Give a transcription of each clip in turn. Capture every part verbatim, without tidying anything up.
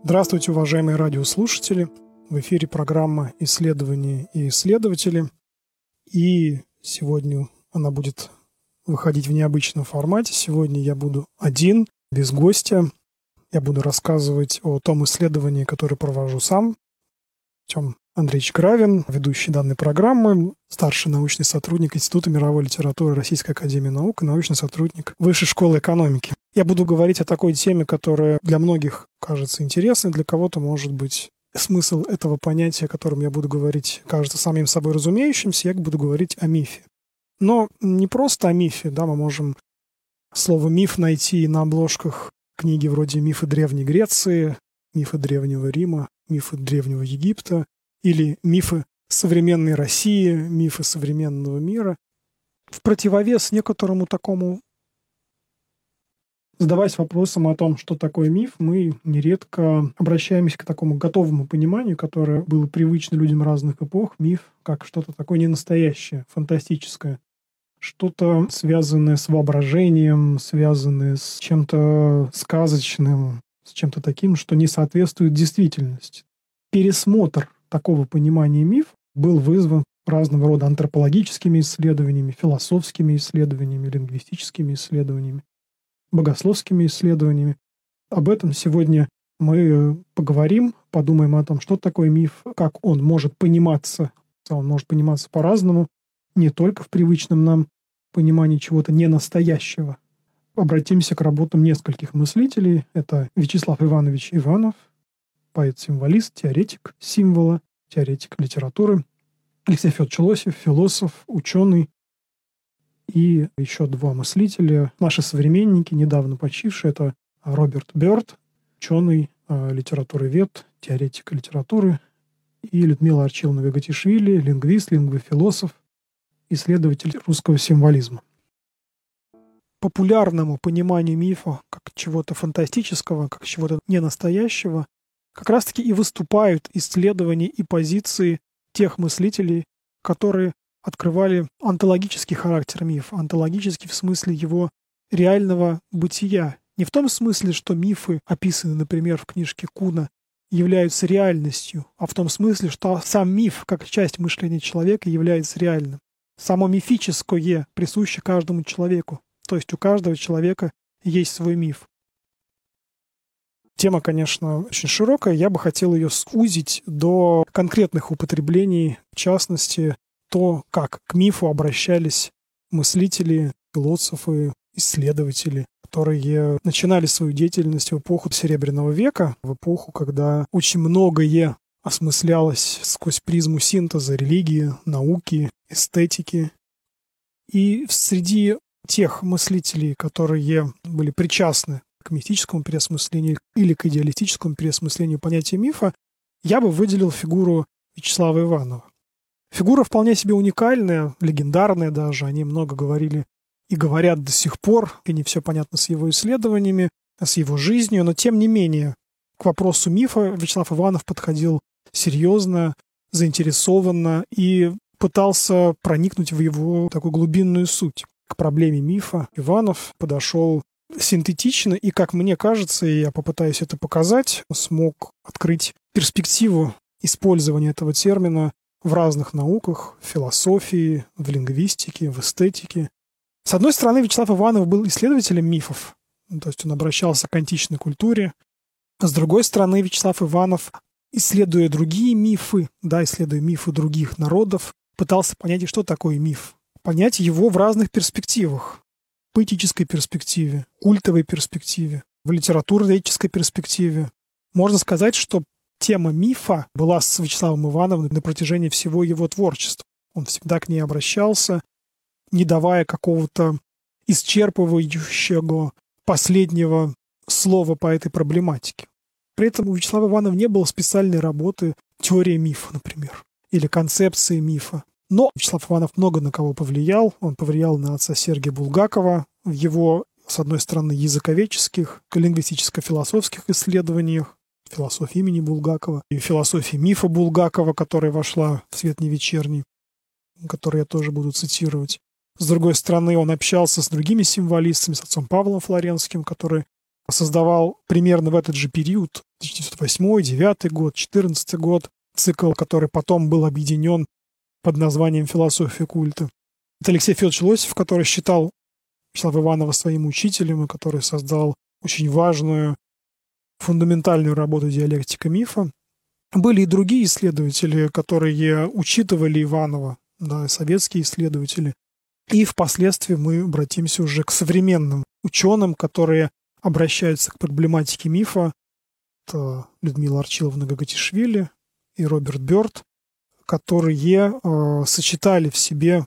Здравствуйте, уважаемые радиослушатели! В эфире программа «Исследования и исследователи». И сегодня она будет выходить в необычном формате. Сегодня я буду один, без гостя. Я буду рассказывать о том исследовании, которое провожу сам. Артем Андреевич Гравин, ведущий данной программы, старший научный сотрудник Института мировой литературы Российской академии наук и научный сотрудник Высшей школы экономики. Я буду говорить о такой теме, которая для многих кажется интересной, для кого-то, может быть, смысл этого понятия, о котором я буду говорить, кажется самим собой разумеющимся. Я буду говорить о мифе. Но не просто о мифе, да, мы можем слово «миф» найти на обложках книги вроде «Мифы Древней Греции», «Мифы Древнего Рима», «Мифы Древнего Египта» или «Мифы современной России», «Мифы современного мира». В противовес некоторому такому, задаваясь вопросом о том, что такое миф, мы нередко обращаемся к такому готовому пониманию, которое было привычно людям разных эпох. Миф как что-то такое ненастоящее, фантастическое. Что-то связанное с воображением, связанное с чем-то сказочным, с чем-то таким, что не соответствует действительности. Пересмотр такого понимания миф был вызван разного рода антропологическими исследованиями, философскими исследованиями, лингвистическими исследованиями, богословскими исследованиями. Об этом сегодня мы поговорим, подумаем о том, что такое миф, как он может пониматься. Он может пониматься по-разному, не только в привычном нам понимании чего-то ненастоящего. Обратимся к работам нескольких мыслителей. Это Вячеслав Иванович Иванов, поэт-символист, теоретик символа, теоретик литературы. Алексей Федорович Лосев, философ, ученый. И еще два мыслителя, наши современники, недавно почившие. Это Роберт Бёрд, ученый, литературовед, теоретик литературы. И Людмила Арчиловна-Вегатишвили, лингвист, лингвофилософ, исследователь русского символизма. Популярному пониманию мифа как чего-то фантастического, как чего-то ненастоящего, как раз-таки и выступают исследования и позиции тех мыслителей, которые открывали онтологический характер мифа, онтологический в смысле его реального бытия. Не в том смысле, что мифы, описанные, например, в книжке Куна, являются реальностью, а в том смысле, что сам миф, как часть мышления человека, является реальным. Само мифическое присуще каждому человеку. То есть у каждого человека есть свой миф. Тема, конечно, очень широкая. Я бы хотел ее сузить до конкретных употреблений, в частности, то, как к мифу обращались мыслители, философы, исследователи, которые начинали свою деятельность в эпоху Серебряного века, в эпоху, когда очень многое осмыслялось сквозь призму синтеза религии, науки, эстетики. И среди тех мыслителей, которые были причастны к мистическому переосмыслению или к идеалистическому переосмыслению понятия мифа, я бы выделил фигуру Вячеслава Иванова. Фигура вполне себе уникальная, легендарная даже. Они много говорили и говорят до сих пор, и не все понятно с его исследованиями, с его жизнью, но тем не менее к вопросу мифа Вячеслав Иванов подходил серьезно, заинтересованно и пытался проникнуть в его такую глубинную суть. К проблеме мифа Иванов подошел синтетично и, как мне кажется, и я попытаюсь это показать, смог открыть перспективу использования этого термина в разных науках, в философии, в лингвистике, в эстетике. С одной стороны, Вячеслав Иванов был исследователем мифов, то есть он обращался к античной культуре. С другой стороны, Вячеслав Иванов, исследуя другие мифы, да, исследуя мифы других народов, пытался понять, что такое миф. Понять его в разных перспективах. В поэтической перспективе, культовой перспективе, в литературно-этической перспективе. Можно сказать, что тема мифа была с Вячеславом Ивановым на протяжении всего его творчества. Он всегда к ней обращался, не давая какого-то исчерпывающего последнего слова по этой проблематике. При этом у Вячеслава Иванова не было специальной работы «Теория мифа», например, или «Концепция мифа». Но Вячеслав Иванов много на кого повлиял. Он повлиял на отца Сергия Булгакова в его, с одной стороны, языковедческих, лингвистическо-философских исследованиях, философии имени Булгакова и философии мифа Булгакова, которая вошла в «Свет не вечерний», который я тоже буду цитировать. С другой стороны, он общался с другими символистами, с отцом Павлом Флоренским, который создавал примерно в этот же период, тысяча девятьсот восьмой, девятый год, четырнадцатый год, цикл, который потом был объединен под названием «Философия культа». Это Алексей Федорович Лосев, который считал Вячеслава Иванова своим учителем и который создал очень важную, фундаментальную работу «Диалектика мифа». Были и другие исследователи, которые учитывали Иванова, да, советские исследователи. И впоследствии мы обратимся уже к современным ученым, которые обращаются к проблематике мифа. Это Людмила Арчиловна Гагатишвили и Роберт Бёрд, которые э, сочетали в себе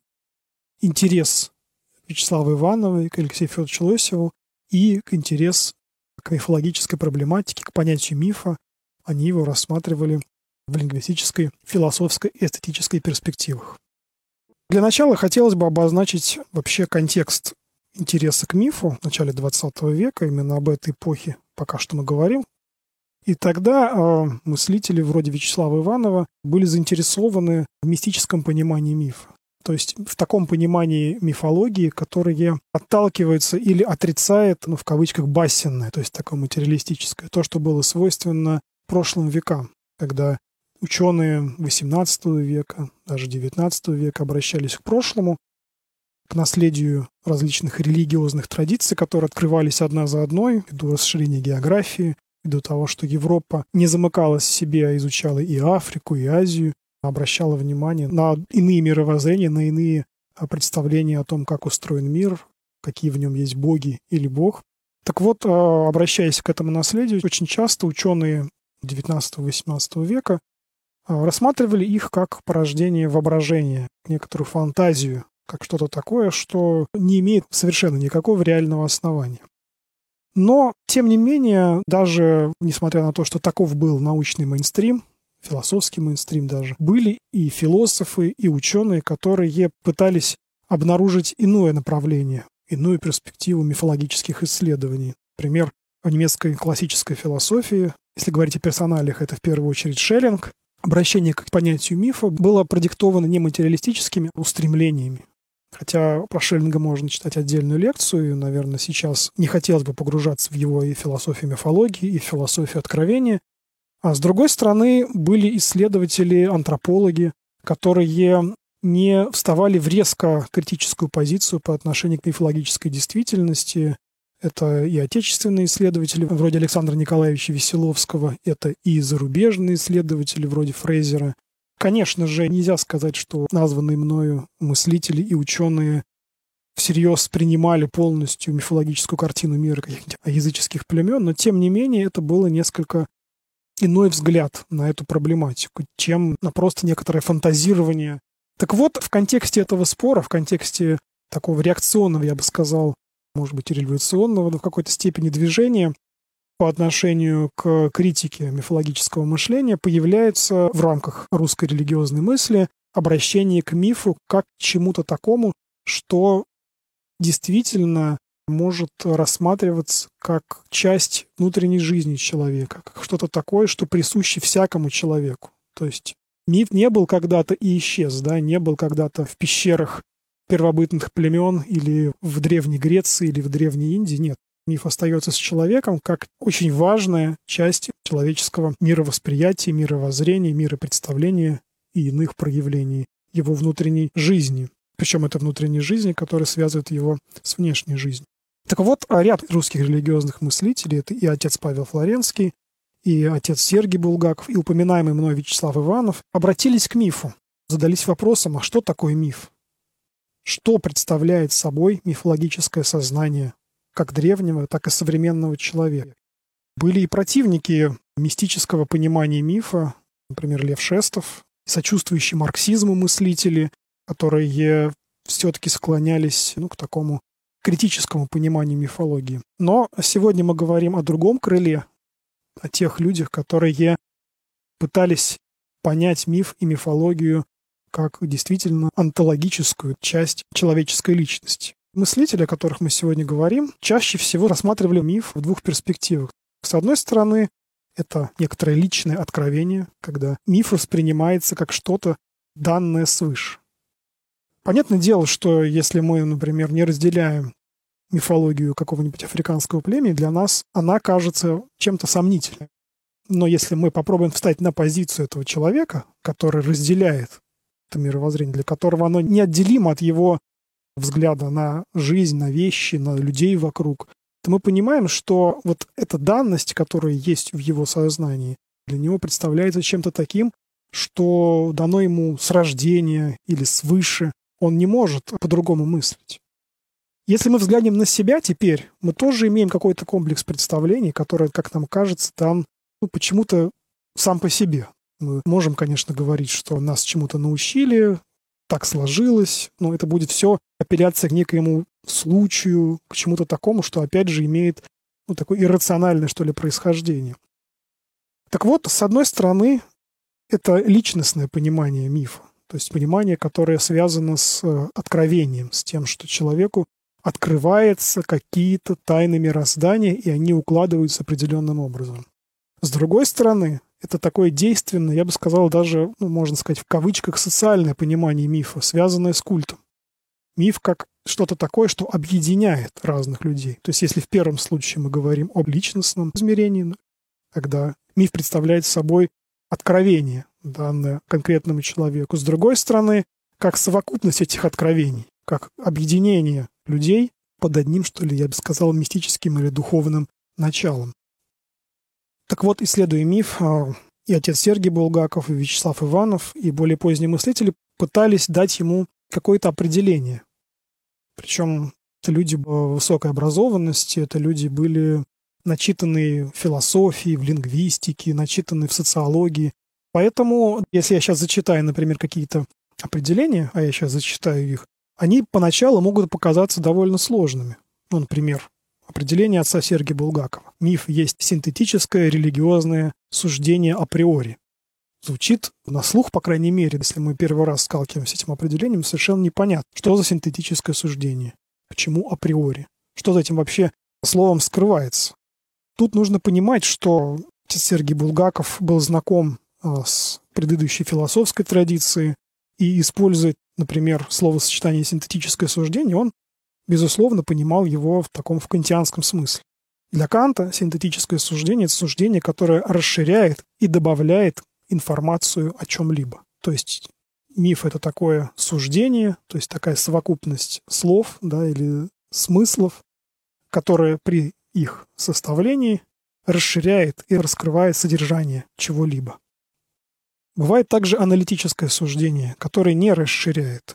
интерес Вячеслава Иванова и к Алексею Федоровичу Лосеву и к интерес к мифологической проблематике, к понятию мифа. Они его рассматривали в лингвистической, философской и эстетической перспективах. Для начала хотелось бы обозначить вообще контекст интереса к мифу в начале двадцатого века, именно об этой эпохе пока что мы говорим. И тогда э, мыслители вроде Вячеслава Иванова были заинтересованы в мистическом понимании мифа. То есть в таком понимании мифологии, которое отталкивается или отрицает, ну, в кавычках, басенное, то есть такое материалистическое, то, что было свойственно прошлым векам, когда ученые восемнадцатого века, даже девятнадцатого века обращались к прошлому, к наследию различных религиозных традиций, которые открывались одна за одной, ввиду расширения географии, ввиду того, что Европа не замыкалась в себе, а изучала и Африку, и Азию, обращала внимание на иные мировоззрения, на иные представления о том, как устроен мир, какие в нем есть боги или бог. Так вот, обращаясь к этому наследию, очень часто ученые девятнадцатого-восемнадцатого века рассматривали их как порождение воображения, некоторую фантазию, как что-то такое, что не имеет совершенно никакого реального основания. Но, тем не менее, даже несмотря на то, что таков был научный мейнстрим, философский мейнстрим даже, были и философы, и ученые, которые пытались обнаружить иное направление, иную перспективу мифологических исследований. Например, в немецкой классической философии, если говорить о персоналиях, это в первую очередь Шеллинг, обращение к понятию мифа было продиктовано не материалистическими устремлениями. Хотя про Шеллинга можно читать отдельную лекцию, и, наверное, сейчас не хотелось бы погружаться в его и философию мифологии, и философию откровения. А с другой стороны, были исследователи, антропологи, которые не вставали в резко критическую позицию по отношению к мифологической действительности. Это и отечественные исследователи, вроде Александра Николаевича Веселовского, это и зарубежные исследователи, вроде Фрейзера. Конечно же, нельзя сказать, что названные мною мыслители и ученые всерьез принимали полностью мифологическую картину мира каких-нибудь языческих племен, но тем не менее это было несколько иной взгляд на эту проблематику, чем на просто некоторое фантазирование. Так вот, в контексте этого спора, в контексте такого реакционного, я бы сказал, может быть, и революционного, но в какой-то степени движения по отношению к критике мифологического мышления появляется в рамках русской религиозной мысли обращение к мифу как к чему-то такому, что действительно может рассматриваться как часть внутренней жизни человека, как что-то такое, что присуще всякому человеку. То есть миф не был когда-то и исчез, да, не был когда-то в пещерах первобытных племен или в Древней Греции или в Древней Индии. Нет. Миф остается с человеком как очень важная часть человеческого мировосприятия, мировоззрения, миропредставления и иных проявлений его внутренней жизни. Причем это внутренней жизни, которая связывает его с внешней жизнью. Так вот, ряд русских религиозных мыслителей, это и отец Павел Флоренский, и отец Сергий Булгаков, и упоминаемый мной Вячеслав Иванов, обратились к мифу, задались вопросом, а что такое миф? Что представляет собой мифологическое сознание как древнего, так и современного человека? Были и противники мистического понимания мифа, например, Лев Шестов, сочувствующие марксизму мыслители, которые все-таки склонялись ну, к такому критическому пониманию мифологии. Но сегодня мы говорим о другом крыле, о тех людях, которые пытались понять миф и мифологию как действительно онтологическую часть человеческой личности. Мыслители, о которых мы сегодня говорим, чаще всего рассматривали миф в двух перспективах. С одной стороны, это некоторое личное откровение, когда миф воспринимается как что-то данное свыше. Понятное дело, что если мы, например, не разделяем мифологию какого-нибудь африканского племени, для нас она кажется чем-то сомнительным. Но если мы попробуем встать на позицию этого человека, который разделяет это мировоззрение, для которого оно неотделимо от его взгляда на жизнь, на вещи, на людей вокруг, то мы понимаем, что вот эта данность, которая есть в его сознании, для него представляется чем-то таким, что дано ему с рождения или свыше. Он не может по-другому мыслить. Если мы взглянем на себя теперь, мы тоже имеем какой-то комплекс представлений, который, как нам кажется, там ну, почему-то сам по себе. Мы можем, конечно, говорить, что нас чему-то научили, так сложилось, но это будет все апелляция к некоему случаю, к чему-то такому, что, опять же, имеет ну, такое иррациональное, что ли, происхождение. Так вот, с одной стороны, это личностное понимание мифа, то есть понимание, которое связано с откровением, с тем, что человеку открываются какие-то тайны мироздания, и они укладываются определенным образом. С другой стороны, это такое действенное, я бы сказал, даже, ну, можно сказать, в кавычках, социальное понимание мифа, связанное с культом. Миф как что-то такое, что объединяет разных людей. То есть если в первом случае мы говорим об личностном измерении, тогда миф представляет собой откровение, данное конкретному человеку. С другой стороны, как совокупность этих откровений, как объединение людей под одним, что ли, я бы сказал, мистическим или духовным началом. Так вот, исследуя миф, и отец Сергий Булгаков, и Вячеслав Иванов, и более поздние мыслители пытались дать ему какое-то определение. Причем это люди высокой образованности, это люди были начитанные в философии, в лингвистике, начитанные в социологии. Поэтому, если я сейчас зачитаю, например, какие-то определения, а я сейчас зачитаю их, они поначалу могут показаться довольно сложными. Ну, например, определение отца Сергия Булгакова. Миф есть синтетическое религиозное суждение априори. Звучит на слух, по крайней мере, если мы первый раз сталкиваемся с этим определением, совершенно непонятно, что за синтетическое суждение, почему априори, что за этим вообще словом скрывается. Тут нужно понимать, что отец Сергий Булгаков был знаком а, с предыдущей философской традицией и, используя, например, словосочетание «синтетическое суждение», он, безусловно, понимал его в таком в кантианском смысле. Для Канта синтетическое суждение — это суждение, которое расширяет и добавляет информацию о чем-либо. То есть миф — это такое суждение, то есть такая совокупность слов, да, или смыслов, которые при их составлении расширяет и раскрывает содержание чего-либо. Бывает также аналитическое суждение, которое не расширяет,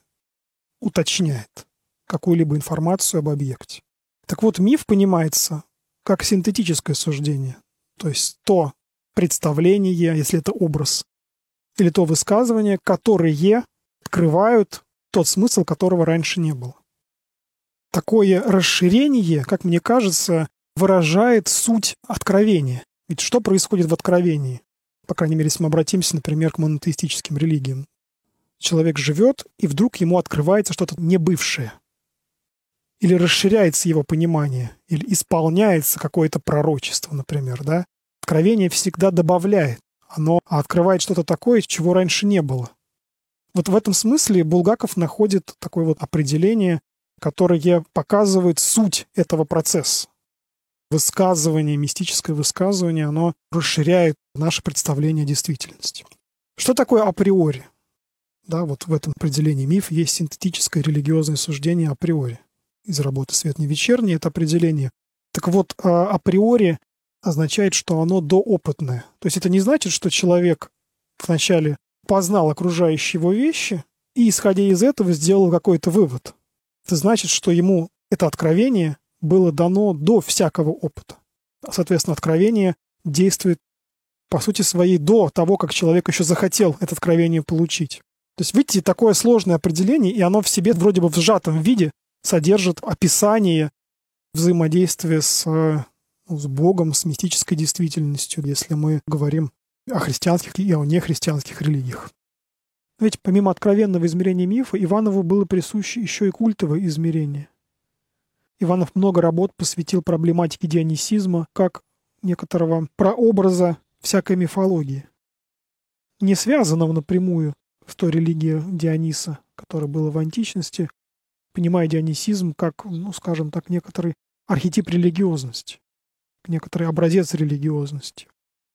уточняет какую-либо информацию об объекте. Так вот, миф понимается как синтетическое суждение, то есть то представление, если это образ, или то высказывание, которые открывают тот смысл, которого раньше не было. Такое расширение, как мне кажется, выражает суть откровения. Ведь что происходит в откровении? По крайней мере, если мы обратимся, например, к монотеистическим религиям. Человек живет, и вдруг ему открывается что-то небывшее. Или расширяется его понимание, или исполняется какое-то пророчество, например, да? Откровение всегда добавляет. Оно открывает что-то такое, чего раньше не было. Вот в этом смысле Булгаков находит такое вот определение, которое показывает суть этого процесса. Высказывание, мистическое высказывание, оно расширяет наше представление о действительности. Что такое априори? Да, вот в этом определении миф есть синтетическое религиозное суждение априори. Из работы «Свет не вечерний» это определение. Так вот, априори означает, что оно доопытное. То есть это не значит, что человек вначале познал окружающие его вещи и, исходя из этого, сделал какой-то вывод. Это значит, что ему это откровение было дано до всякого опыта. Соответственно, откровение действует, по сути своей, до того, как человек еще захотел это откровение получить. То есть, видите, такое сложное определение, и оно в себе вроде бы в сжатом виде содержит описание взаимодействия с, ну, с Богом, с мистической действительностью, если мы говорим о христианских и о нехристианских религиях. Ведь помимо откровенного измерения мифа, Иванову было присуще еще и культовое измерение. Иванов много работ посвятил проблематике дионисизма как некоторого прообраза всякой мифологии, не связанного напрямую с той религией Диониса, которая была в античности, понимая дионисизм как, ну, скажем так, некоторый архетип религиозности, некоторый образец религиозности.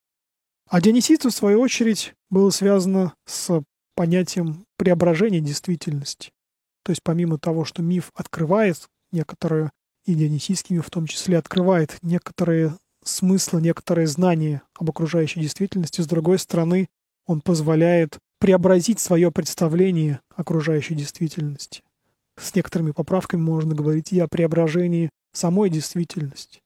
А дионисизм, в свою очередь, было связано с понятием преображения действительности. То есть помимо того, что миф открывает некоторые, и дионисийский миф в том числе открывает некоторые смыслы, некоторые знания об окружающей действительности, с другой стороны, он позволяет преобразить свое представление окружающей действительности. С некоторыми поправками можно говорить и о преображении самой действительности.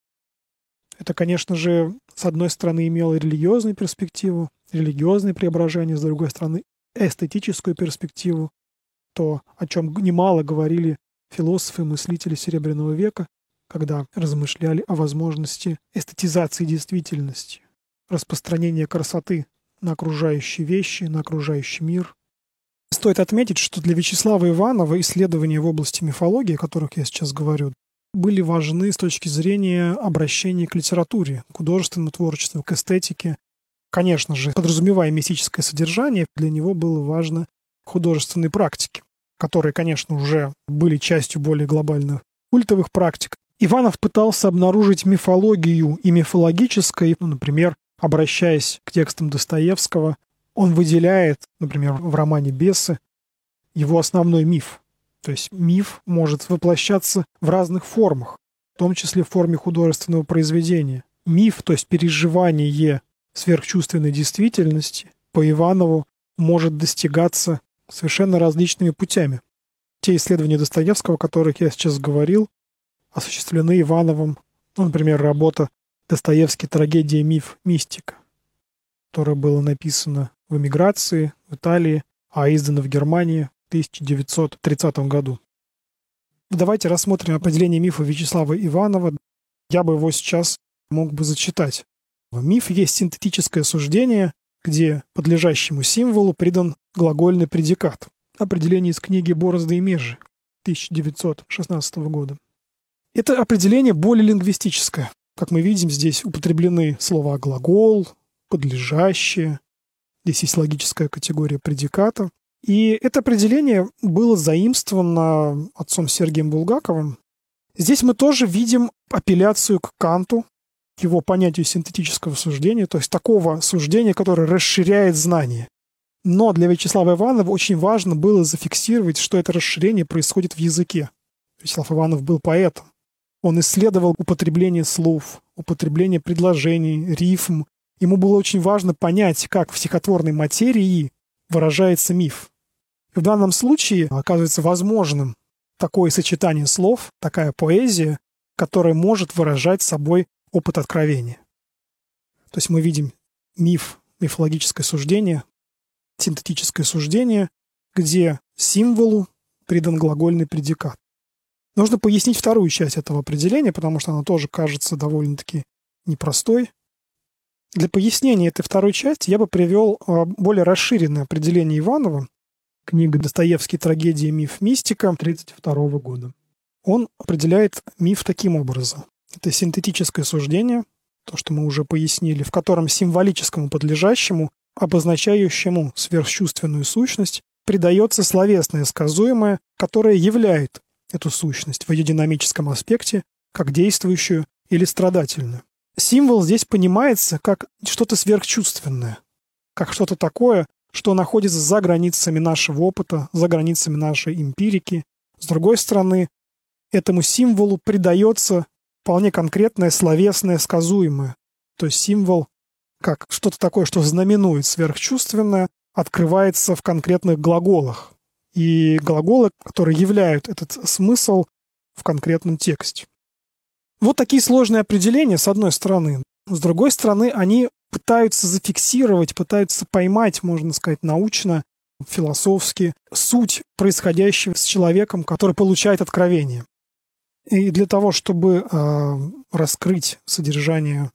Это, конечно же, с одной стороны имело религиозную перспективу, религиозное преображение, с другой стороны эстетическую перспективу, то, о чем немало говорили философы и мыслители Серебряного века, когда размышляли о возможности эстетизации действительности, распространения красоты на окружающие вещи, на окружающий мир. Стоит отметить, что для Вячеслава Иванова исследования в области мифологии, о которых я сейчас говорю, были важны с точки зрения обращения к литературе, к художественному творчеству, к эстетике. Конечно же, подразумевая мистическое содержание, для него было важно художественные практики, которые, конечно, уже были частью более глобальных культовых практик. Иванов пытался обнаружить мифологию и мифологическое, ну, например, обращаясь к текстам Достоевского, он выделяет, например, в романе «Бесы» его основной миф. То есть миф может воплощаться в разных формах, в том числе в форме художественного произведения. Миф, то есть переживание сверхчувственной действительности, по Иванову может достигаться совершенно различными путями. Те исследования Достоевского, о которых я сейчас говорил, осуществлены Ивановым, ну, например, работа «Достоевский. Трагедия, миф, мистика», которая была написана в эмиграции, в Италии, а издана в Германии в тысяча девятьсот тридцатом году. Давайте рассмотрим определение мифа Вячеслава Иванова. Я бы его сейчас мог бы зачитать. Миф есть синтетическое суждение, где подлежащему символу придан глагольный предикат. Определение из книги «Борозды и межи» тысяча девятьсот шестнадцатого года. Это определение более лингвистическое. Как мы видим, здесь употреблены слова «глагол», «подлежащее». Здесь есть логическая категория предиката. И это определение было заимствовано отцом Сергием Булгаковым. Здесь мы тоже видим апелляцию к Канту, к его понятию синтетического суждения, то есть такого суждения, которое расширяет знание. Но для Вячеслава Иванова очень важно было зафиксировать, что это расширение происходит в языке. Вячеслав Иванов был поэтом. Он исследовал употребление слов, употребление предложений, рифм. Ему было очень важно понять, как в стихотворной материи выражается миф. В данном случае оказывается возможным такое сочетание слов, такая поэзия, которая может выражать собой опыт откровения. То есть мы видим миф, мифологическое суждение, синтетическое суждение, где символу придан глагольный предикат. Нужно пояснить вторую часть этого определения, потому что она тоже кажется довольно-таки непростой. Для пояснения этой второй части я бы привел более расширенное определение Иванова, книга «Достоевский. Трагедия, миф, мистика» тысяча девятьсот тридцать второго года. Он определяет миф таким образом. Это синтетическое суждение, то, что мы уже пояснили, в котором символическому подлежащему, обозначающему сверхчувственную сущность, придается словесное сказуемое, которое являет эту сущность в ее динамическом аспекте как действующую или страдательную. Символ здесь понимается как что-то сверхчувственное, как что-то такое, что находится за границами нашего опыта, за границами нашей эмпирики. С другой стороны, этому символу придается вполне конкретное словесное сказуемое. То есть символ, как что-то такое, что знаменует сверхчувственное, открывается в конкретных глаголах. И глаголы, которые являют этот смысл в конкретном тексте. Вот такие сложные определения, с одной стороны. С другой стороны, они пытаются зафиксировать, пытаются поймать, можно сказать, научно, философски, суть происходящего с человеком, который получает откровение. И для того, чтобы э, раскрыть содержание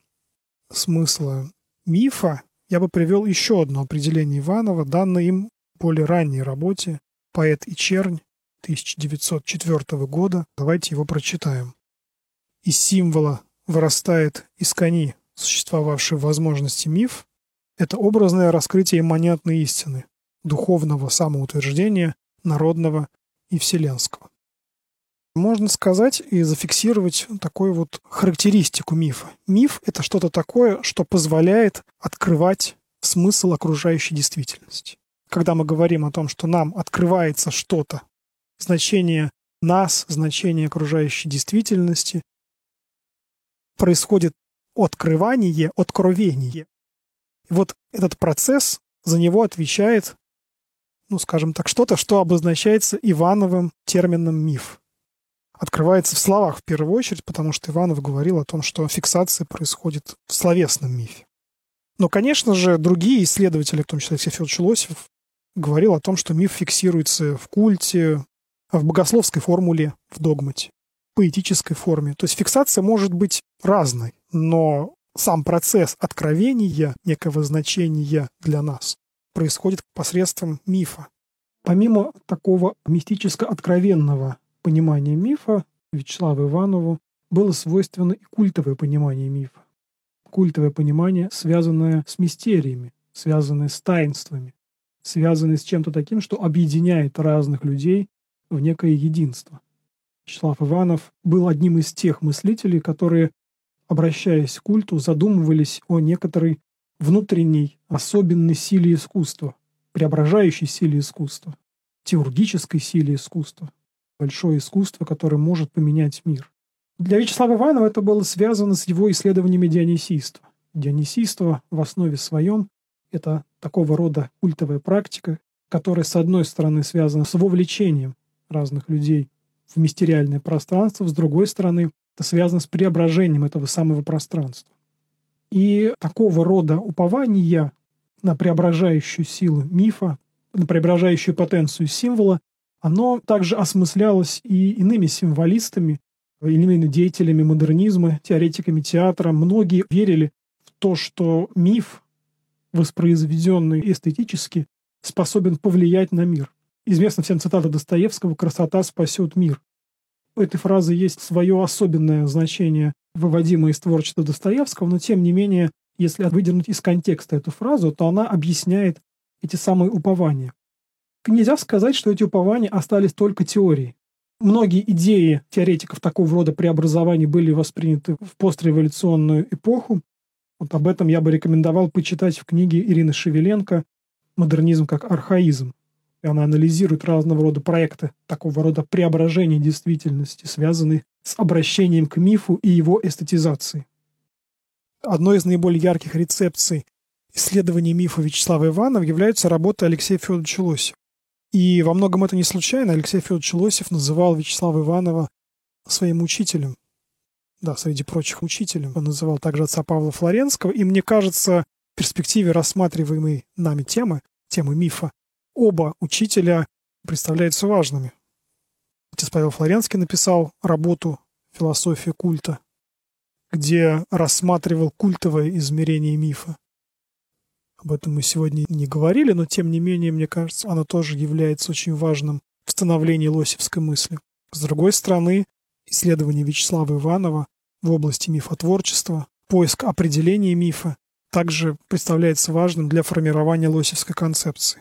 смысла мифа, я бы привел еще одно определение Иванова, данное им в более ранней работе «Поэт и чернь» тысяча девятьсот четвёртого года. Давайте его прочитаем. Из символа вырастает из кони, существовавший в возможности миф. Это образное раскрытие имманентной истины, духовного самоутверждения, народного и вселенского. Можно сказать и зафиксировать такую вот характеристику мифа. Миф — это что-то такое, что позволяет открывать смысл окружающей действительности. Когда мы говорим о том, что нам открывается что-то, значение нас, значение окружающей действительности, происходит открывание, откровение. И вот этот процесс, за него отвечает, ну, скажем так, что-то, что обозначается Ивановым термином «миф». Открывается в словах в первую очередь, потому что Иванов говорил о том, что фиксация происходит в словесном мифе. Но, конечно же, другие исследователи, в том числе Алексей Федорович Лосев, говорил о том, что миф фиксируется в культе, в богословской формуле, в догмате, в поэтической форме. То есть фиксация может быть разной, но сам процесс откровения некого значения для нас происходит посредством мифа. Помимо такого мистическо-откровенного понимания мифа, Вячеславу Иванову было свойственно и культовое понимание мифа. Культовое понимание, связанное с мистериями, связанное с таинствами, связанное с чем-то таким, что объединяет разных людей в некое единство. Вячеслав Иванов был одним из тех мыслителей, которые, обращаясь к культу, задумывались о некоторой внутренней особенной силе искусства, преображающей силе искусства, теургической силе искусства, большое искусство, которое может поменять мир. Для Вячеслава Иванова это было связано с его исследованиями дионисийства. Дионисийство в основе своем — это такого рода культовая практика, которая, с одной стороны, связана с вовлечением разных людей в мистериальное пространство, с другой стороны, это связано с преображением этого самого пространства. И такого рода упование на преображающую силу мифа, на преображающую потенцию символа, оно также осмыслялось и иными символистами, иными деятелями модернизма, теоретиками театра. Многие верили в то, что миф, воспроизведенный эстетически, способен повлиять на мир. Известна всем цитата Достоевского «Красота спасет мир». У этой фразы есть свое особенное значение, выводимое из творчества Достоевского, но тем не менее, если выдернуть из контекста эту фразу, то она объясняет эти самые упования. Нельзя сказать, что эти упования остались только теорией. Многие идеи теоретиков такого рода преобразований были восприняты в постреволюционную эпоху. Вот об этом я бы рекомендовал почитать в книге Ирины Шевеленко «Модернизм как архаизм». И она анализирует разного рода проекты такого рода преображения действительности, связанные с обращением к мифу и его эстетизацией. Одной из наиболее ярких рецепций исследований мифа Вячеслава Иванова являются работы Алексея Федоровича Лосева. И во многом это не случайно. Алексей Федорович Лосев называл Вячеслава Иванова своим учителем. Да, среди прочих учителем. Он называл также отца Павла Флоренского. И мне кажется, в перспективе рассматриваемой нами темы, темы мифа, оба учителя представляются важными. Отец Павел Флоренский написал работу «Философия культа», где рассматривал культовое измерение мифа. Об этом мы сегодня не говорили, но тем не менее, мне кажется, оно тоже является очень важным в становлении лосевской мысли. С другой стороны, исследование Вячеслава Иванова в области мифотворчества, поиск определения мифа также представляется важным для формирования лосевской концепции.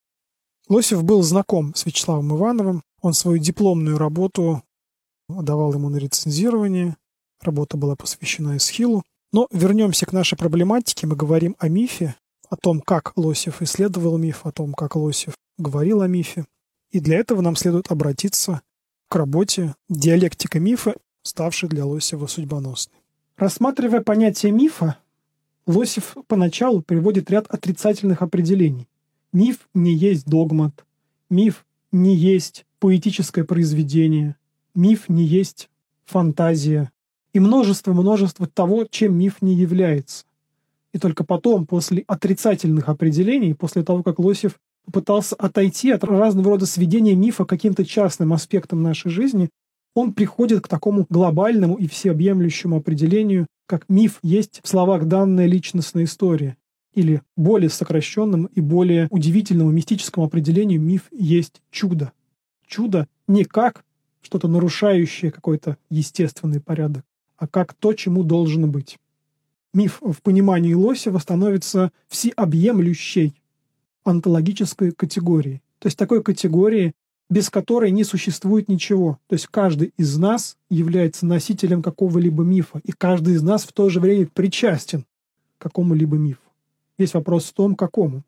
Лосев был знаком с Вячеславом Ивановым, он свою дипломную работу давал ему на рецензирование, работа была посвящена Эсхилу. Но вернемся к нашей проблематике, мы говорим о мифе, о том, как Лосев исследовал миф, о том, как Лосев говорил о мифе. И для этого нам следует обратиться к работе «Диалектика мифа», ставшей для Лосева судьбоносной. Рассматривая понятие мифа, Лосев поначалу приводит ряд отрицательных определений. Миф не есть догмат, миф не есть поэтическое произведение, миф не есть фантазия и множество-множество того, чем миф не является. И только потом, после отрицательных определений, после того, как Лосев попытался отойти от разного рода сведения мифа к каким-то частным аспектам нашей жизни, он приходит к такому глобальному и всеобъемлющему определению, как миф есть в словах данная личностная история. Или более сокращенному и более удивительному мистическому определению миф есть чудо. Чудо не как что-то нарушающее какой-то естественный порядок, а как то, чему должно быть. Миф в понимании Лосева становится всеобъемлющей онтологической категорией. То есть такой категорией, без которой не существует ничего. То есть каждый из нас является носителем какого-либо мифа, и каждый из нас в то же время причастен к какому-либо мифу. Весь вопрос в том, какому.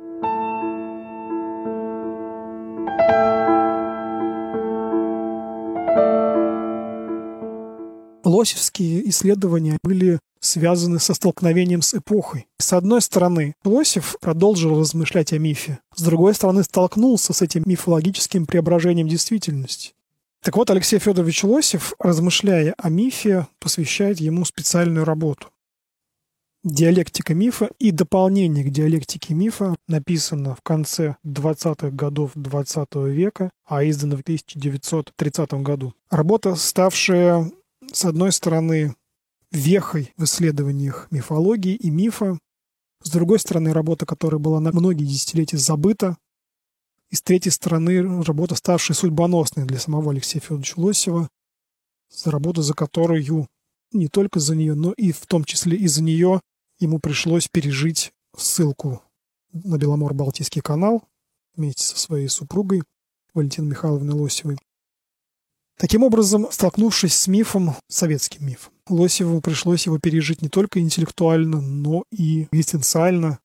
Лосевские исследования были связаны со столкновением с эпохой. С одной стороны, Лосев продолжил размышлять о мифе. С другой стороны, столкнулся с этим мифологическим преображением действительности. Так вот, Алексей Федорович Лосев, размышляя о мифе, посвящает ему специальную работу. «Диалектика мифа» и дополнение к диалектике мифа написано в конце двадцатых годов двадцатого века, а издано в тысяча девятьсот тридцатом году. Работа, ставшая, с одной стороны, вехой в исследованиях мифологии и мифа, с другой стороны, работа, которая была на многие десятилетия забыта, и с третьей стороны, работа, ставшая судьбоносной для самого Алексея Федоровича Лосева, за работу, за которую, не только за нее, но и в том числе и за нее, ему пришлось пережить ссылку на Беломор-Балтийский канал вместе со своей супругой Валентиной Михайловной Лосевой. Таким образом, столкнувшись с мифом, советским мифом, Лосеву пришлось его пережить не только интеллектуально, но и экзистенциально.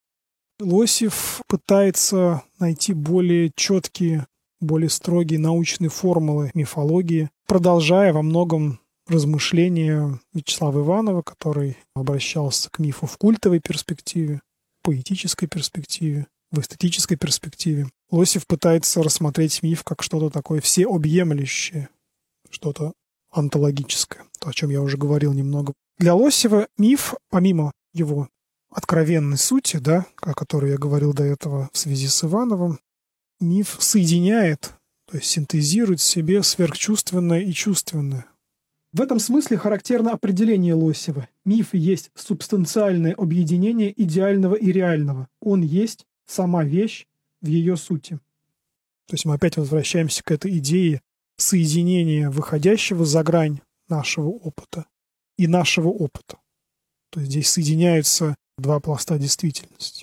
Лосев пытается найти более четкие, более строгие научные формулы мифологии, продолжая во многом размышления Вячеслава Иванова, который обращался к мифу в культовой перспективе, поэтической перспективе, в эстетической перспективе. Лосев пытается рассмотреть миф как что-то такое всеобъемлющее, что-то онтологическое, то, о чем я уже говорил немного. Для Лосева миф, помимо его откровенной сути, да, о которой я говорил до этого в связи с Ивановым, миф соединяет, то есть синтезирует в себе сверхчувственное и чувственное. В этом смысле характерно определение Лосева. Миф есть субстанциальное объединение идеального и реального. Он есть сама вещь в ее сути. То есть мы опять возвращаемся к этой идее соединения выходящего за грань нашего опыта и нашего опыта. То есть здесь соединяются два пласта действительности.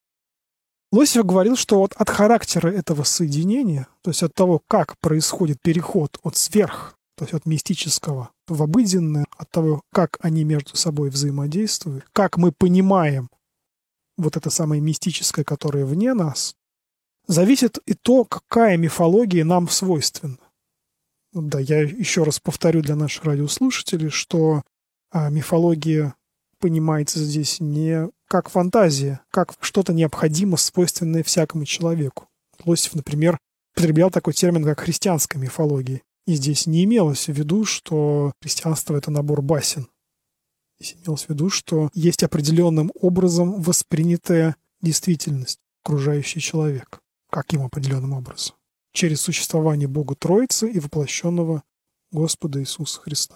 Лосев говорил, что вот от характера этого соединения, то есть от того, как происходит переход от сверх, то есть от мистического в обыденное, от того, как они между собой взаимодействуют, как мы понимаем вот это самое мистическое, которое вне нас, зависит и то, какая мифология нам свойственна. Да, я еще раз повторю для наших радиослушателей, что а, мифология понимается здесь не как фантазия, как что-то необходимо, свойственное всякому человеку. Лосев, например, употреблял такой термин, как христианская мифология. И здесь не имелось в виду, что христианство — это набор басен. Здесь имелось в виду, что есть определенным образом воспринятая действительность, окружающий человек. Каким определенным образом? Через существование Бога Троицы и воплощенного Господа Иисуса Христа.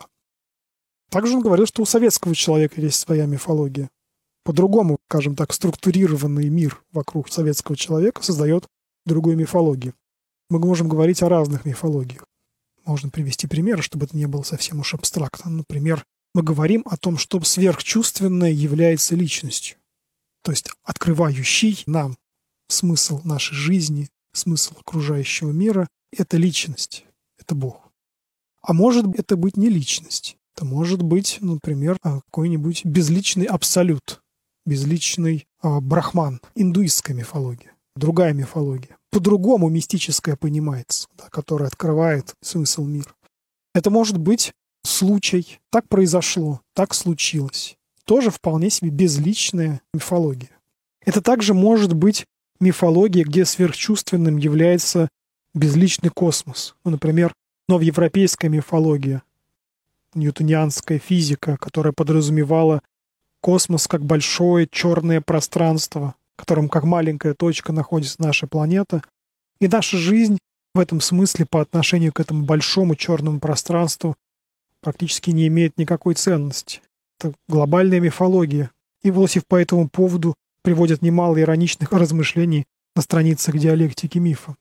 Также он говорил, что у советского человека есть своя мифология. По-другому, скажем так, структурированный мир вокруг советского человека создает другую мифологию. Мы можем говорить о разных мифологиях. Можно привести примеры, чтобы это не было совсем уж абстрактно. Например, мы говорим о том, что сверхчувственное является личностью. То есть открывающий нам смысл нашей жизни, смысл окружающего мира — это личность, это Бог. А может это быть не личность. Это может быть, например, какой-нибудь безличный абсолют, безличный а, брахман, индуистская мифология, другая мифология. По-другому мистическое понимается, да, которое открывает смысл мира. Это может быть случай, так произошло, так случилось. Тоже вполне себе безличная мифология. Это также может быть мифология, где сверхчувственным является безличный космос. Ну, например, новоевропейская мифология, ньютонианская физика, которая подразумевала космос как большое черное пространство, в котором как маленькая точка находится наша планета. И наша жизнь в этом смысле по отношению к этому большому черному пространству практически не имеет никакой ценности. Это глобальная мифология. И Лосев по этому поводу приводит немало ироничных размышлений на страницах диалектики мифа.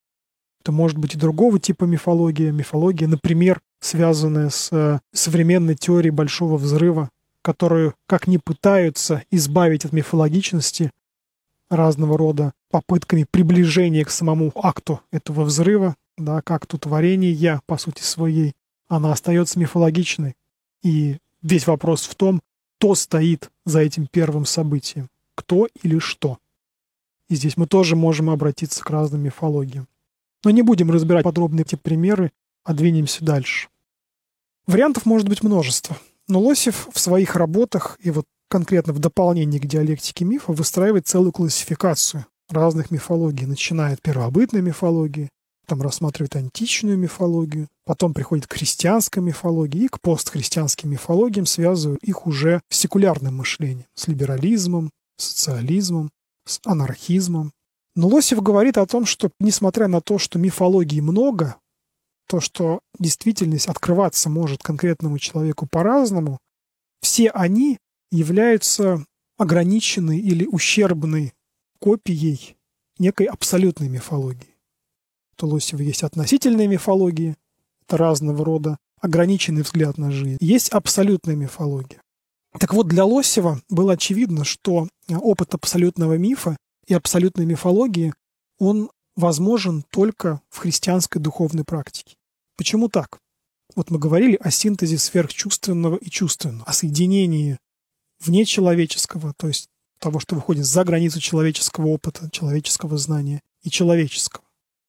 Это может быть и другого типа мифология. Мифология, например, связанная с современной теорией Большого взрыва, которую, как ни пытаются избавить от мифологичности разного рода попытками приближения к самому акту этого взрыва, да, как тут творение, по сути своей, она остается мифологичной. И весь вопрос в том, кто стоит за этим первым событием, кто или что. И здесь мы тоже можем обратиться к разным мифологиям. Но не будем разбирать подробно эти примеры, а двинемся дальше. Вариантов может быть множество. Но Лосев в своих работах и вот конкретно в дополнении к диалектике мифа выстраивает целую классификацию разных мифологий, начиная от первобытной мифологии, там рассматривает античную мифологию, потом приходит к христианской мифологии и к постхристианским мифологиям, связывая их уже с секулярным мышлением, с либерализмом, социализмом, с анархизмом. Но Лосев говорит о том, что несмотря на то, что мифологий много, то, что действительность открываться может конкретному человеку по-разному, все они являются ограниченной или ущербной копией некой абсолютной мифологии. У Лосева есть относительные мифологии, это разного рода ограниченный взгляд на жизнь. Есть абсолютная мифология. Так вот, для Лосева было очевидно, что опыт абсолютного мифа и абсолютной мифологии, он возможен только в христианской духовной практике. Почему так? Вот мы говорили о синтезе сверхчувственного и чувственного, о соединении внечеловеческого, то есть того, что выходит за границу человеческого опыта, человеческого знания и человеческого.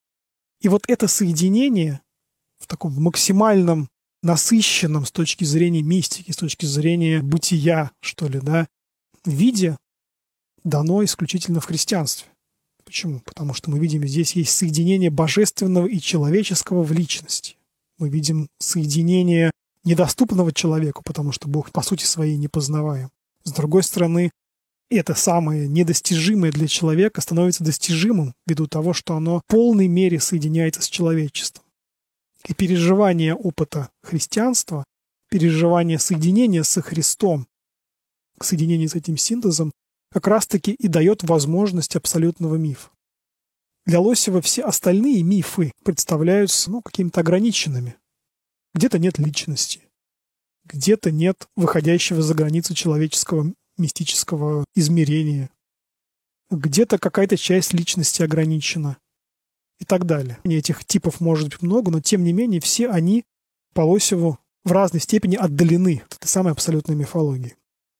И вот это соединение в таком максимальном насыщенном с точки зрения мистики, с точки зрения бытия, что ли, да, виде дано исключительно в христианстве. Почему? Потому что мы видим, здесь есть соединение божественного и человеческого в личности. Мы видим соединение недоступного человеку, потому что Бог по сути своей непознаваем. С другой стороны, это самое недостижимое для человека становится достижимым ввиду того, что оно в полной мере соединяется с человечеством. И переживание опыта христианства, переживание соединения со Христом, соединение с этим синтезом, как раз-таки и дает возможность абсолютного мифа. Для Лосева все остальные мифы представляются ну, какими-то ограниченными. Где-то нет личности, где-то нет выходящего за границу человеческого мистического измерения, где-то какая-то часть личности ограничена и так далее. Этих типов может быть много, но тем не менее все они по Лосеву в разной степени отдалены от этой самой абсолютной мифологии.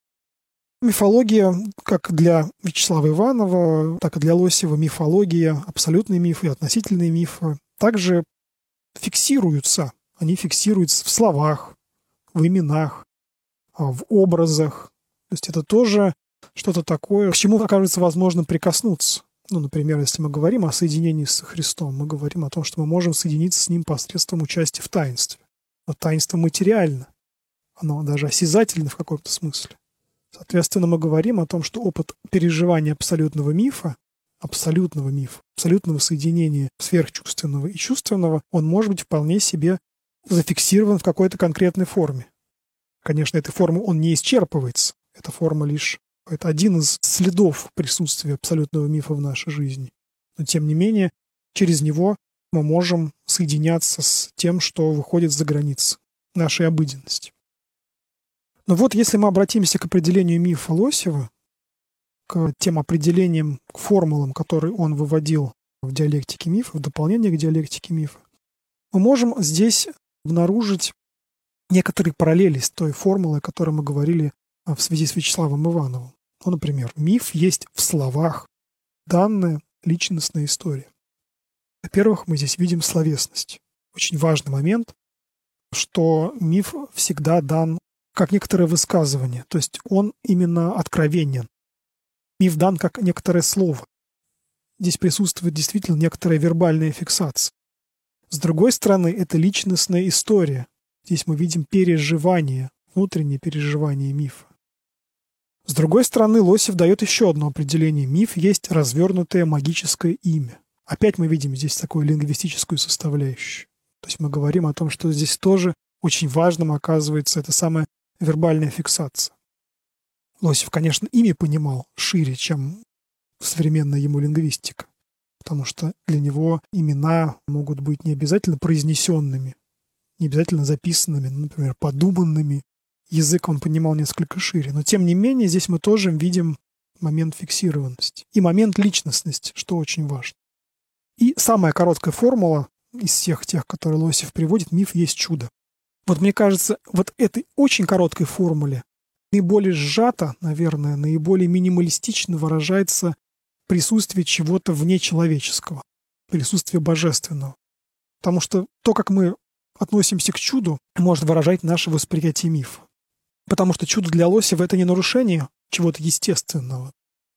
Мифология, как для Вячеслава Иванова, так и для Лосева, мифология, абсолютные мифы и относительные мифы также фиксируются. Они фиксируются в словах, в именах, в образах. То есть это тоже что-то такое, к чему окажется возможно прикоснуться. Ну, например, если мы говорим о соединении с Христом, мы говорим о том, что мы можем соединиться с Ним посредством участия в таинстве. Но таинство материально, оно даже осязательно в каком-то смысле. Соответственно, мы говорим о том, что опыт переживания абсолютного мифа, абсолютного мифа, абсолютного соединения сверхчувственного и чувственного, он может быть вполне себе зафиксирован в какой-то конкретной форме. Конечно, этой формы он не исчерпывается. Эта форма лишь это один из следов присутствия абсолютного мифа в нашей жизни. Но, тем не менее, через него мы можем соединяться с тем, что выходит за границы нашей обыденности. Но вот если мы обратимся к определению мифа Лосева, к тем определениям, к формулам, которые он выводил в диалектике мифа, в дополнение к диалектике мифа, мы можем здесь обнаружить некоторые параллели с той формулой, о которой мы говорили в связи с Вячеславом Ивановым. Ну, например, миф есть в словах, данная личностная история. Во-первых, мы здесь видим словесность. Очень важный момент, что миф всегда дан как некоторое высказывание, то есть он именно откровенен. Миф дан как некоторое слово. Здесь присутствует действительно некоторая вербальная фиксация. С другой стороны, это личностная история. Здесь мы видим переживание, внутреннее переживание мифа. С другой стороны, Лосев дает еще одно определение. Миф есть развернутое магическое имя. Опять мы видим здесь такую лингвистическую составляющую. То есть мы говорим о том, что здесь тоже очень важным оказывается эта самая вербальная фиксация. Лосев, конечно, имя понимал шире, чем современная ему лингвистика, потому что для него имена могут быть не обязательно произнесенными, не обязательно записанными, например, подуманными. Язык он понимал несколько шире. Но, тем не менее, здесь мы тоже видим момент фиксированности и момент личностности, что очень важно. И самая короткая формула, из всех тех, которые Лосев приводит, миф есть чудо. Вот мне кажется, вот этой очень короткой формуле наиболее сжато, наверное, наиболее минималистично выражается присутствие чего-то внечеловеческого, присутствие божественного. Потому что то, как мы относимся к чуду, может выражать наше восприятие мифа. Потому что чудо для Лосева — это не нарушение чего-то естественного,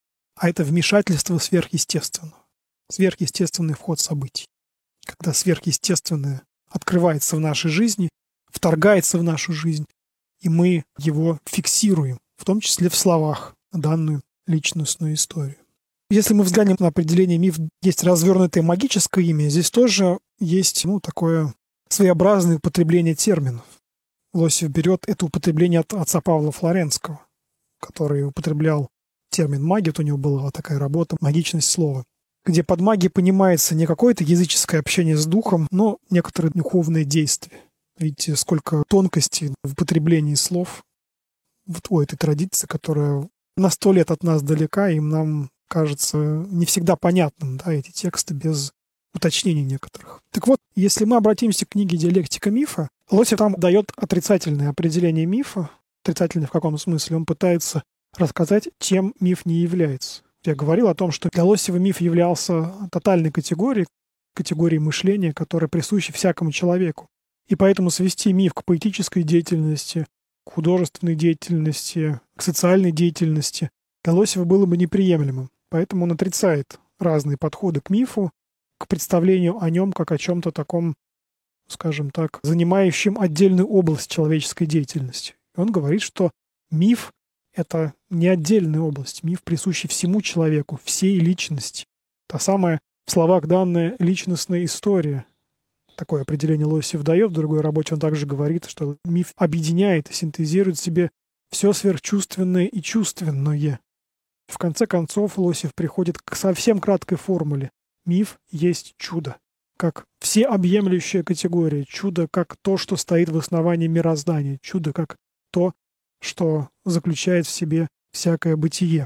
а это вмешательство сверхъестественного, сверхъестественный вход событий. Когда сверхъестественное открывается в нашей жизни, вторгается в нашу жизнь, и мы его фиксируем, в том числе в словах, данную личностную историю. Если мы взглянем на определение миф, есть развернутое магическое имя, здесь тоже есть ну, такое своеобразное употребление терминов. Лосев берет это употребление от отца Павла Флоренского, который употреблял термин магия, у него была такая работа «Магичность слова», где под магией понимается не какое-то языческое общение с духом, но некоторые духовные действия. Видите, сколько тонкостей в употреблении слов вот у этой традиции, которая на сто лет от нас далека, и нам кажется не всегда понятным, да, эти тексты без уточнений некоторых. Так вот, если мы обратимся к книге «Диалектика мифа», Лосев там дает отрицательное определение мифа. Отрицательное в каком смысле? Он пытается рассказать, чем миф не является. Я говорил о том, что для Лосева миф являлся тотальной категорией, категорией мышления, которая присуща всякому человеку. И поэтому свести миф к поэтической деятельности, к художественной деятельности, к социальной деятельности для Лосева было бы неприемлемым. Поэтому он отрицает разные подходы к мифу, к представлению о нем как о чем-то таком, скажем так, занимающем отдельную область человеческой деятельности. И он говорит, что миф — это не отдельная область, миф присущий всему человеку, всей личности. Та самая, в словах данная, личностная история. Такое определение Лосев дает. В другой работе он также говорит, что миф объединяет и синтезирует в себе все сверхчувственное и чувственное. В конце концов, Лосев приходит к совсем краткой формуле. Миф есть чудо. Как всеобъемлющая категория. Чудо как то, что стоит в основании мироздания. Чудо как то, что заключает в себе всякое бытие.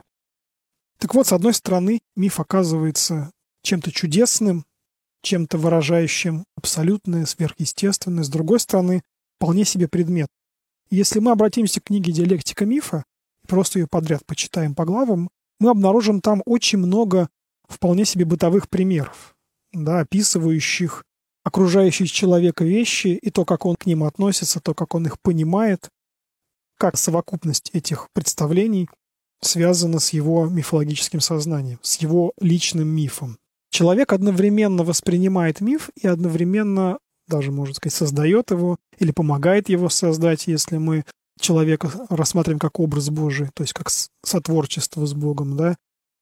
Так вот, с одной стороны, миф оказывается чем-то чудесным, чем-то выражающим абсолютное, сверхъестественное. С другой стороны, вполне себе предмет. Если мы обратимся к книге «Диалектика мифа», и просто ее подряд почитаем по главам, мы обнаружим там очень много вполне себе бытовых примеров, да, описывающих окружающие человека вещи и то, как он к ним относится, то, как он их понимает, как совокупность этих представлений связана с его мифологическим сознанием, с его личным мифом. Человек одновременно воспринимает миф и одновременно, даже, можно сказать, создает его или помогает его создать, если мы человека рассматриваем как образ Божий, то есть как сотворчество с Богом, да.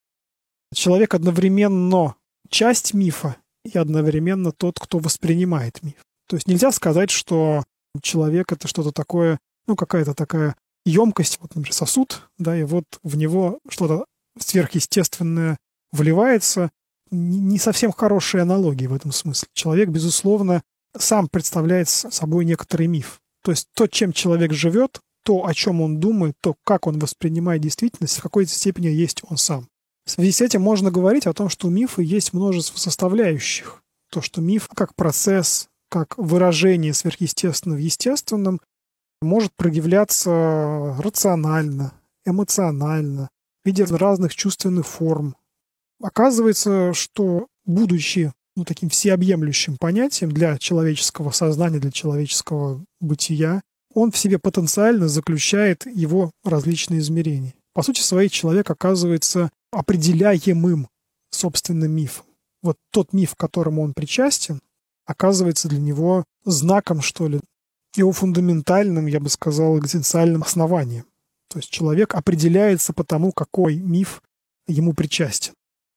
Человек одновременно часть мифа и одновременно тот, кто воспринимает миф. То есть нельзя сказать, что человек — это что-то такое, ну, какая-то такая емкость, вот, например, сосуд, да, и вот в него что-то сверхъестественное вливается. Не совсем хорошие аналогии в этом смысле. Человек, безусловно, сам представляет собой некоторый миф. То есть то, чем человек живет, то, о чем он думает, то, как он воспринимает действительность, в какой-то степени есть он сам. В связи с этим можно говорить о том, что у мифа есть множество составляющих. То, что миф как процесс, как выражение сверхъестественного в естественном, может проявляться рационально, эмоционально, в виде разных чувственных форм. Оказывается, что, будучи ну, таким всеобъемлющим понятием для человеческого сознания, для человеческого бытия, он в себе потенциально заключает его различные измерения. По сути своей, человек оказывается определяемым собственным мифом. Вот тот миф, к которому он причастен, оказывается для него знаком, что ли, его фундаментальным, я бы сказал, экзистенциальным основанием. То есть человек определяется по тому, какой миф ему причастен.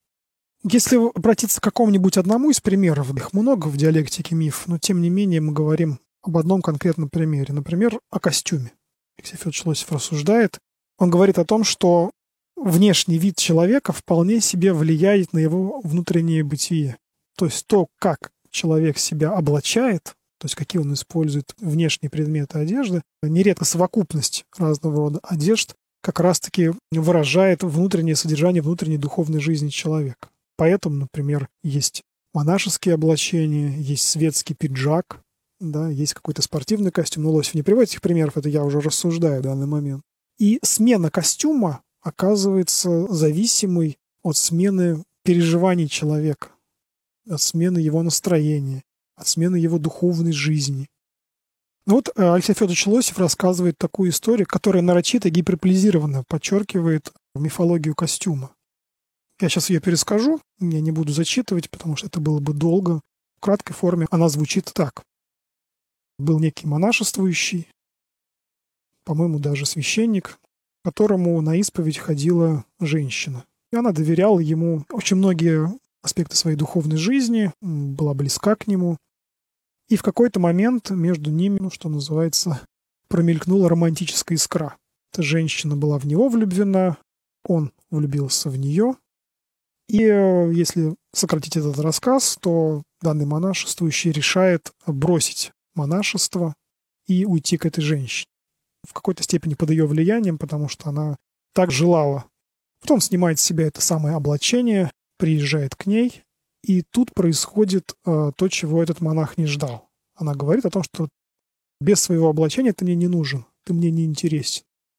Если обратиться к какому-нибудь одному из примеров, их много в диалектике миф, но тем не менее мы говорим об одном конкретном примере. Например, о костюме. Алексей Федорович Лосев рассуждает. Он говорит о том, что внешний вид человека вполне себе влияет на его внутреннее бытие. То есть то, как человек себя облачает, то есть какие он использует внешние предметы одежды, нередко совокупность разного рода одежд как раз-таки выражает внутреннее содержание внутренней духовной жизни человека. Поэтому, например, есть монашеские облачения, есть светский пиджак, да, есть какой-то спортивный костюм. Но Лосев не приводит этих примеров, это я уже рассуждаю в данный момент. И смена костюма оказывается зависимой от смены переживаний человека, от смены его настроения, от смены его духовной жизни. Ну вот Алексей Федорович Лосев рассказывает такую историю, которая нарочито гиперболизированно подчеркивает мифологию костюма. Я сейчас ее перескажу, я не буду зачитывать, потому что это было бы долго. В краткой форме она звучит так. Был некий монашествующий, по-моему, даже священник, к которому на исповедь ходила женщина. И она доверяла ему очень многие аспекты своей духовной жизни, была близка к нему. И в какой-то момент между ними, ну, что называется, промелькнула романтическая искра. Эта женщина была в него влюблена, он влюбился в нее. И если сократить этот рассказ, то данный монашествующий решает бросить монашество и уйти к этой женщине. В какой-то степени под ее влиянием, потому что она так желала. Потом снимает с себя это самое облачение, приезжает к ней, и тут происходит э, то, чего этот монах не ждал. Она говорит о том, что без своего облачения ты мне не нужен, ты мне не интересен.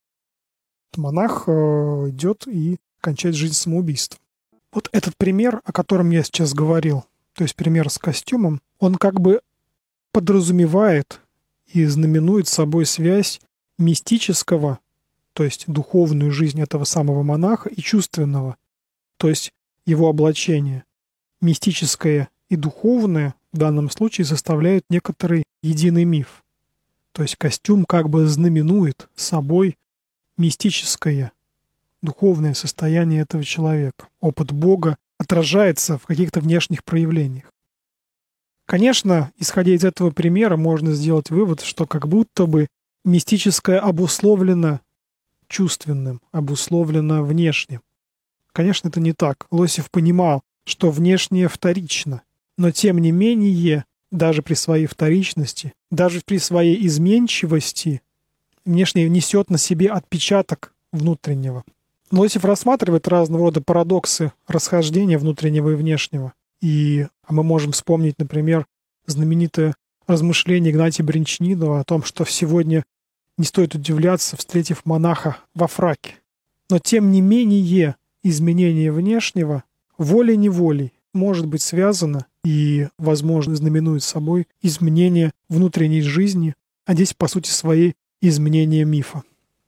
Монах э, идет и кончает жизнь самоубийством. Вот этот пример, о котором я сейчас говорил, то есть пример с костюмом, он как бы подразумевает и знаменует собой связь мистического, то есть духовную жизнь этого самого монаха, и чувственного, то есть его облачение. Мистическое и духовное в данном случае составляют некоторый единый миф. То есть костюм как бы знаменует собой мистическое, духовное состояние этого человека. Опыт Бога отражается в каких-то внешних проявлениях. Конечно, исходя из этого примера, можно сделать вывод, что как будто бы мистическое обусловлено чувственным, обусловлено внешним. Конечно, это не так. Лосев понимал, что внешнее вторично, но тем не менее, даже при своей вторичности, даже при своей изменчивости, внешнее несет на себе отпечаток внутреннего. Лосев рассматривает разного рода парадоксы расхождения внутреннего и внешнего. И мы можем вспомнить, например, знаменитое размышление Игнатия Бринчанинова о том, что сегодня не стоит удивляться, встретив монаха во фраке. Но тем не менее изменение внешнего волей-неволей может быть связано и, возможно, знаменует собой изменение внутренней жизни, а здесь, по сути своей, изменение мифа.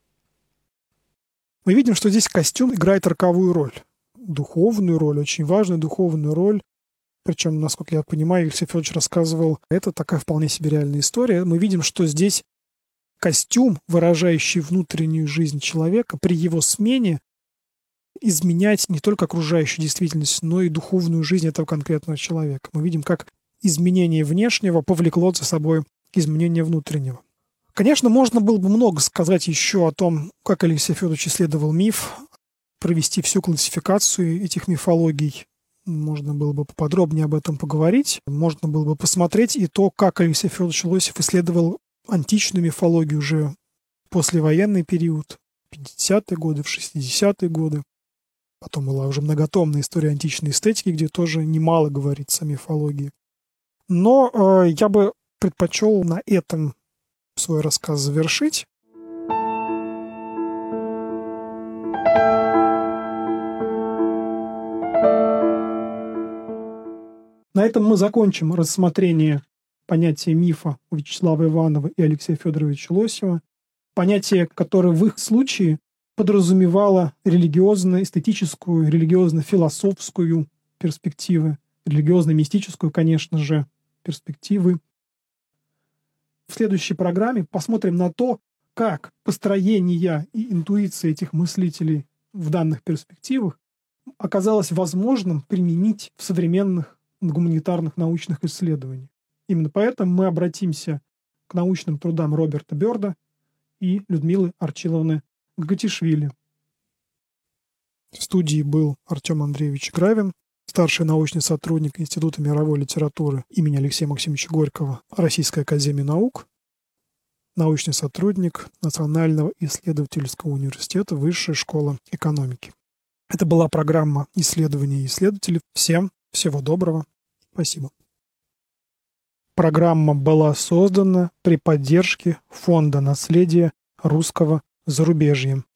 Мы видим, что здесь костюм играет роковую роль, духовную роль, очень важную духовную роль. Причем, насколько я понимаю, Алексей Федорович рассказывал, это такая вполне себе реальная история. Мы видим, что здесь костюм, выражающий внутреннюю жизнь человека, при его смене изменять не только окружающую действительность, но и духовную жизнь этого конкретного человека. Мы видим, как изменение внешнего повлекло за собой изменение внутреннего. Конечно, можно было бы много сказать еще о том, как Алексей Федорович исследовал миф, провести всю классификацию этих мифологий. Можно было бы поподробнее об этом поговорить. Можно было бы посмотреть и то, как Алексей Федорович Лосев исследовал античную мифологию уже в послевоенный период, в пятидесятые годы, в шестидесятые годы. Потом была уже многотомная история античной эстетики, где тоже немало говорится о мифологии. Но э, я бы предпочел на этом свой рассказ завершить. На этом мы закончим рассмотрение понятия мифа у Вячеслава Иванова и Алексея Федоровича Лосева. Понятие, которое в их случае подразумевало религиозно-эстетическую, религиозно-философскую перспективу, религиозно-мистическую, конечно же, перспективы. В следующей программе посмотрим на то, как построение и интуиция этих мыслителей в данных перспективах оказалось возможным применить в современных гуманитарных научных исследованиях. Именно поэтому мы обратимся к научным трудам Роберта Бёрда и Людмилы Арчиловны Гагатишвили. В студии был Артем Андреевич Гравин, старший научный сотрудник Института мировой литературы имени Алексея Максимовича Горького Российской академии наук, научный сотрудник Национального исследовательского университета Высшей школы экономики. Это была программа «Исследования и исследователи». Всем всего доброго. Спасибо. Программа была создана при поддержке Фонда наследия русского зарубежья.